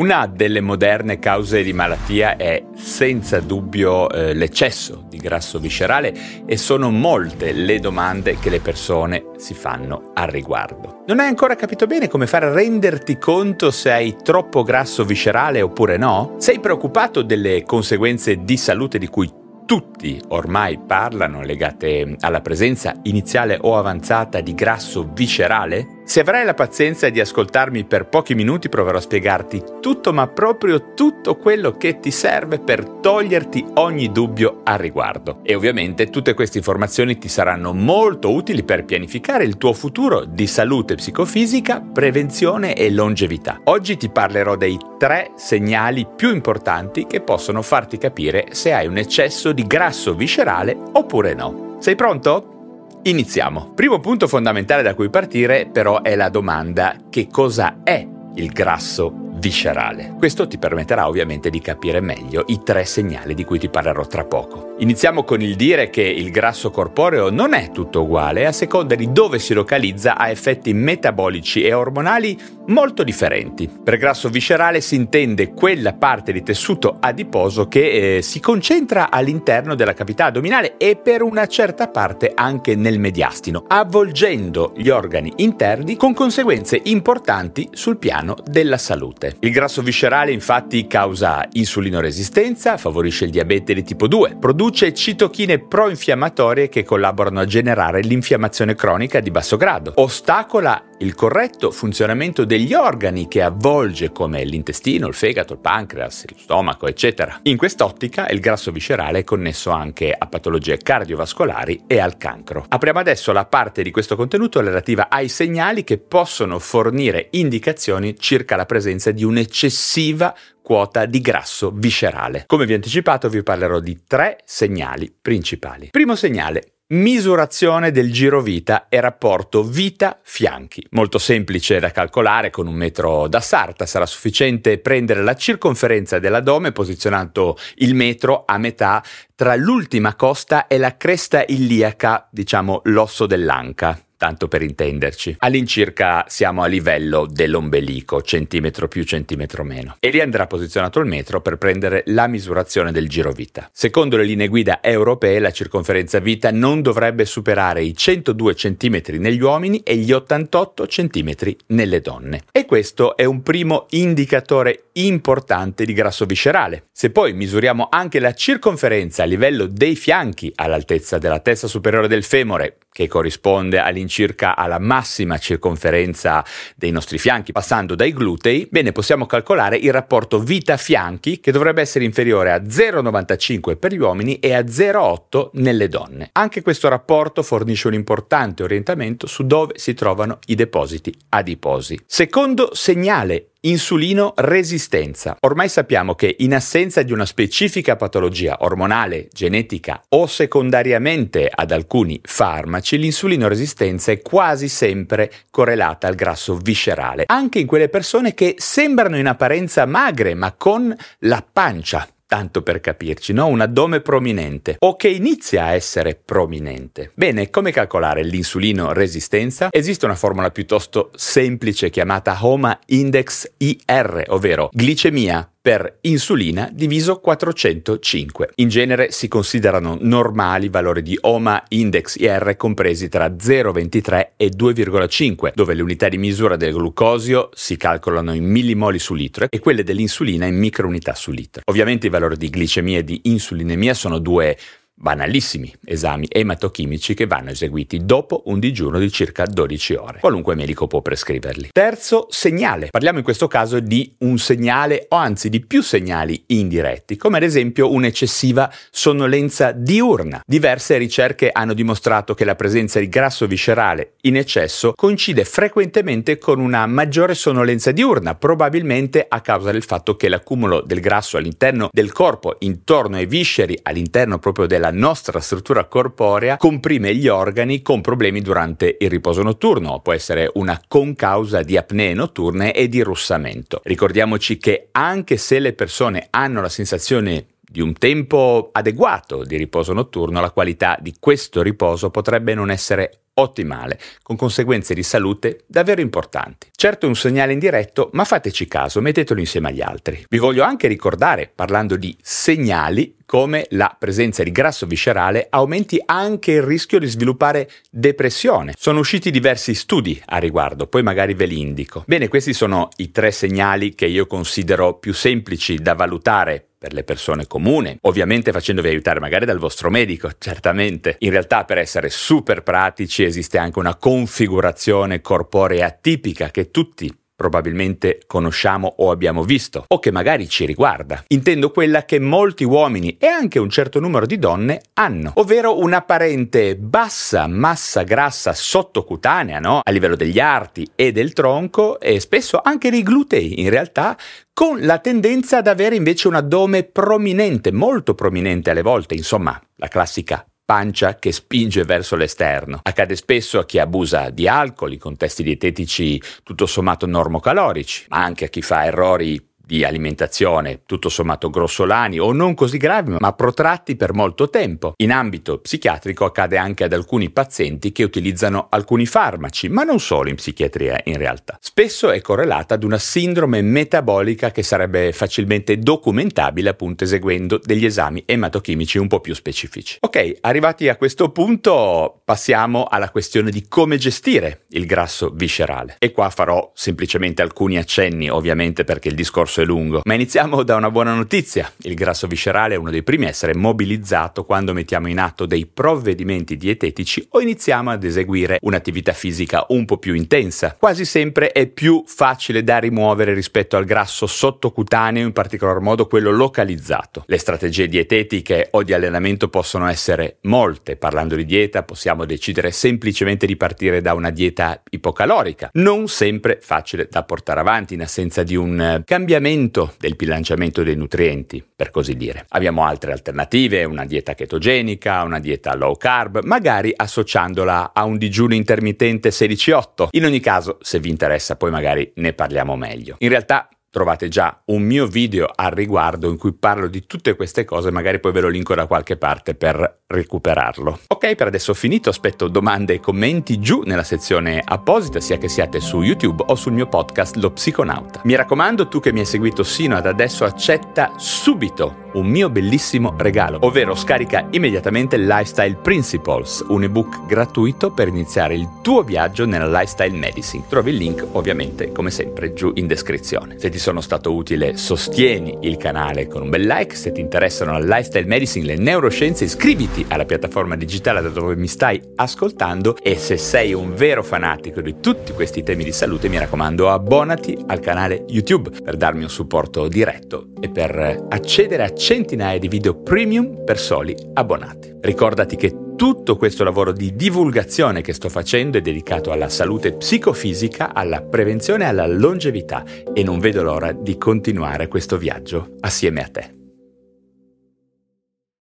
Una delle moderne cause di malattia è senza dubbio l'eccesso di grasso viscerale e sono molte le domande che le persone si fanno al riguardo. Non hai ancora capito bene come fare a renderti conto se hai troppo grasso viscerale oppure no? Sei preoccupato delle conseguenze di salute di cui tutti ormai parlano, legate alla presenza iniziale o avanzata di grasso viscerale? Se avrai la pazienza di ascoltarmi per pochi minuti, proverò a spiegarti tutto, ma proprio tutto quello che ti serve per toglierti ogni dubbio al riguardo. E ovviamente tutte queste informazioni ti saranno molto utili per pianificare il tuo futuro di salute psicofisica, prevenzione e longevità. Oggi ti parlerò dei 3 segnali più importanti che possono farti capire se hai un eccesso di grasso viscerale oppure no. Sei pronto? Iniziamo. Primo punto fondamentale da cui partire però è la domanda: che cosa è il grasso viscerale? Questo ti permetterà ovviamente di capire meglio i 3 segnali di cui ti parlerò tra poco. Iniziamo con il dire che il grasso corporeo non è tutto uguale, a seconda di dove si localizza ha effetti metabolici e ormonali molto differenti. Per grasso viscerale si intende quella parte di tessuto adiposo che si concentra all'interno della cavità addominale e per una certa parte anche nel mediastino, avvolgendo gli organi interni con conseguenze importanti sul piano della salute. Il grasso viscerale infatti causa insulinoresistenza, favorisce il diabete di tipo 2, produce citochine proinfiammatorie che collaborano a generare l'infiammazione cronica di basso grado, ostacola il corretto funzionamento degli organi che avvolge come l'intestino, il fegato, il pancreas, lo stomaco, eccetera. In quest'ottica il grasso viscerale è connesso anche a patologie cardiovascolari e al cancro. Apriamo adesso la parte di questo contenuto relativa ai segnali che possono fornire indicazioni circa la presenza di un'eccessiva quota di grasso viscerale. Come vi ho anticipato, vi parlerò di 3 segnali principali. Primo segnale: misurazione del giro vita e rapporto vita-fianchi. Molto semplice da calcolare con un metro da sarta. Sarà sufficiente prendere la circonferenza dell'addome posizionando il metro a metà tra l'ultima costa e la cresta iliaca, diciamo l'osso dell'anca. Tanto per intenderci. All'incirca siamo a livello dell'ombelico, centimetro più, centimetro meno. E lì andrà posizionato il metro per prendere la misurazione del giro vita. Secondo le linee guida europee, la circonferenza vita non dovrebbe superare i 102 centimetri negli uomini e gli 88 centimetri nelle donne. E questo è un primo indicatore importante di grasso viscerale. Se poi misuriamo anche la circonferenza a livello dei fianchi, all'altezza della testa superiore del femore, che corrisponde all'incirca alla massima circonferenza dei nostri fianchi, passando dai glutei, bene, possiamo calcolare il rapporto vita-fianchi che dovrebbe essere inferiore a 0,95 per gli uomini e a 0,8 nelle donne. Anche questo rapporto fornisce un importante orientamento su dove si trovano i depositi adiposi. Secondo segnale: insulino resistenza. Ormai sappiamo che in assenza di una specifica patologia ormonale, genetica o secondariamente ad alcuni farmaci, l'insulino resistenza è quasi sempre correlata al grasso viscerale, anche in quelle persone che sembrano in apparenza magre ma con la pancia. Tanto per capirci, no? Un addome prominente o che inizia a essere prominente. Bene, come calcolare l'insulino resistenza? Esiste una formula piuttosto semplice chiamata HOMA Index IR, ovvero glicemia per insulina diviso 405. In genere si considerano normali valori di HOMA Index IR compresi tra 0,23 e 2,5, dove le unità di misura del glucosio si calcolano in millimoli su litro e quelle dell'insulina in microunità su litro. Ovviamente i valori di glicemia e di insulinemia sono 2 banalissimi esami ematochimici che vanno eseguiti dopo un digiuno di circa 12 ore. Qualunque medico può prescriverli. Terzo segnale. Parliamo in questo caso di un segnale o anzi di più segnali indiretti, come ad esempio un'eccessiva sonnolenza diurna. Diverse ricerche hanno dimostrato che la presenza di grasso viscerale in eccesso coincide frequentemente con una maggiore sonnolenza diurna, probabilmente a causa del fatto che l'accumulo del grasso all'interno del corpo, intorno ai visceri, all'interno proprio della nostra struttura corporea, comprime gli organi con problemi durante il riposo notturno. Può essere una concausa di apnee notturne e di russamento. Ricordiamoci che anche se le persone hanno la sensazione di un tempo adeguato di riposo notturno, la qualità di questo riposo potrebbe non essere ottimale, con conseguenze di salute davvero importanti. Certo è un segnale indiretto, ma fateci caso, mettetelo insieme agli altri. Vi voglio anche ricordare, parlando di segnali, come la presenza di grasso viscerale aumenti anche il rischio di sviluppare depressione. Sono usciti diversi studi a riguardo, poi magari ve li indico. Bene, questi sono i 3 segnali che io considero più semplici da valutare per le persone comuni, ovviamente facendovi aiutare magari dal vostro medico, certamente. In realtà, per essere super pratici, esiste anche una configurazione corporea tipica che tutti probabilmente conosciamo o abbiamo visto, o che magari ci riguarda. Intendo quella che molti uomini e anche un certo numero di donne hanno, ovvero un'apparente bassa massa grassa sottocutanea, no? A livello degli arti e del tronco e spesso anche dei glutei, in realtà, con la tendenza ad avere invece un addome prominente, molto prominente alle volte, insomma, la classica pancia che spinge verso l'esterno. Accade spesso a chi abusa di alcol in contesti dietetici tutto sommato normocalorici, ma anche a chi fa errori di alimentazione tutto sommato grossolani o non così gravi ma protratti per molto tempo. In ambito psichiatrico accade anche ad alcuni pazienti che utilizzano alcuni farmaci, ma non solo in psichiatria in realtà. Spesso è correlata ad una sindrome metabolica che sarebbe facilmente documentabile appunto eseguendo degli esami ematochimici un po' più specifici. Ok, arrivati a questo punto passiamo alla questione di come gestire il grasso viscerale. E qua farò semplicemente alcuni accenni, ovviamente perché il discorso è lungo, ma iniziamo da una buona notizia. Il grasso viscerale è uno dei primi a essere mobilizzato quando mettiamo in atto dei provvedimenti dietetici o iniziamo ad eseguire un'attività fisica un po' più intensa. Quasi sempre è più facile da rimuovere rispetto al grasso sottocutaneo, in particolar modo quello localizzato. Le strategie dietetiche o di allenamento possono essere molte. Parlando di dieta, possiamo decidere semplicemente di partire da una dieta ipocalorica, non sempre facile da portare avanti in assenza di un cambiamento del bilanciamento dei nutrienti, per così dire. Abbiamo altre alternative, una dieta chetogenica, una dieta low carb, magari associandola a un digiuno intermittente 16-8. In ogni caso, se vi interessa, poi magari ne parliamo meglio. In realtà, trovate già un mio video al riguardo in cui parlo di tutte queste cose, magari poi ve lo linko da qualche parte per recuperarlo. Ok, per adesso ho finito, aspetto domande e commenti giù nella sezione apposita, sia che siate su YouTube o sul mio podcast Lo Psiconauta. Mi raccomando, tu che mi hai seguito sino ad adesso, accetta subito un mio bellissimo regalo, ovvero scarica immediatamente Lifestyle Principles, un ebook gratuito per iniziare il tuo viaggio nella lifestyle medicine. Trovi il link ovviamente come sempre giù in descrizione. Se ti sono stato utile, sostieni il canale con un bel like. Se ti interessano la lifestyle medicine, le neuroscienze, iscriviti alla piattaforma digitale da dove mi stai ascoltando, e se sei un vero fanatico di tutti questi temi di salute, mi raccomando, abbonati al canale YouTube per darmi un supporto diretto e per accedere a centinaia di video premium per soli abbonati. Ricordati che tutto questo lavoro di divulgazione che sto facendo è dedicato alla salute psicofisica, alla prevenzione e alla longevità, e non vedo l'ora di continuare questo viaggio assieme a te.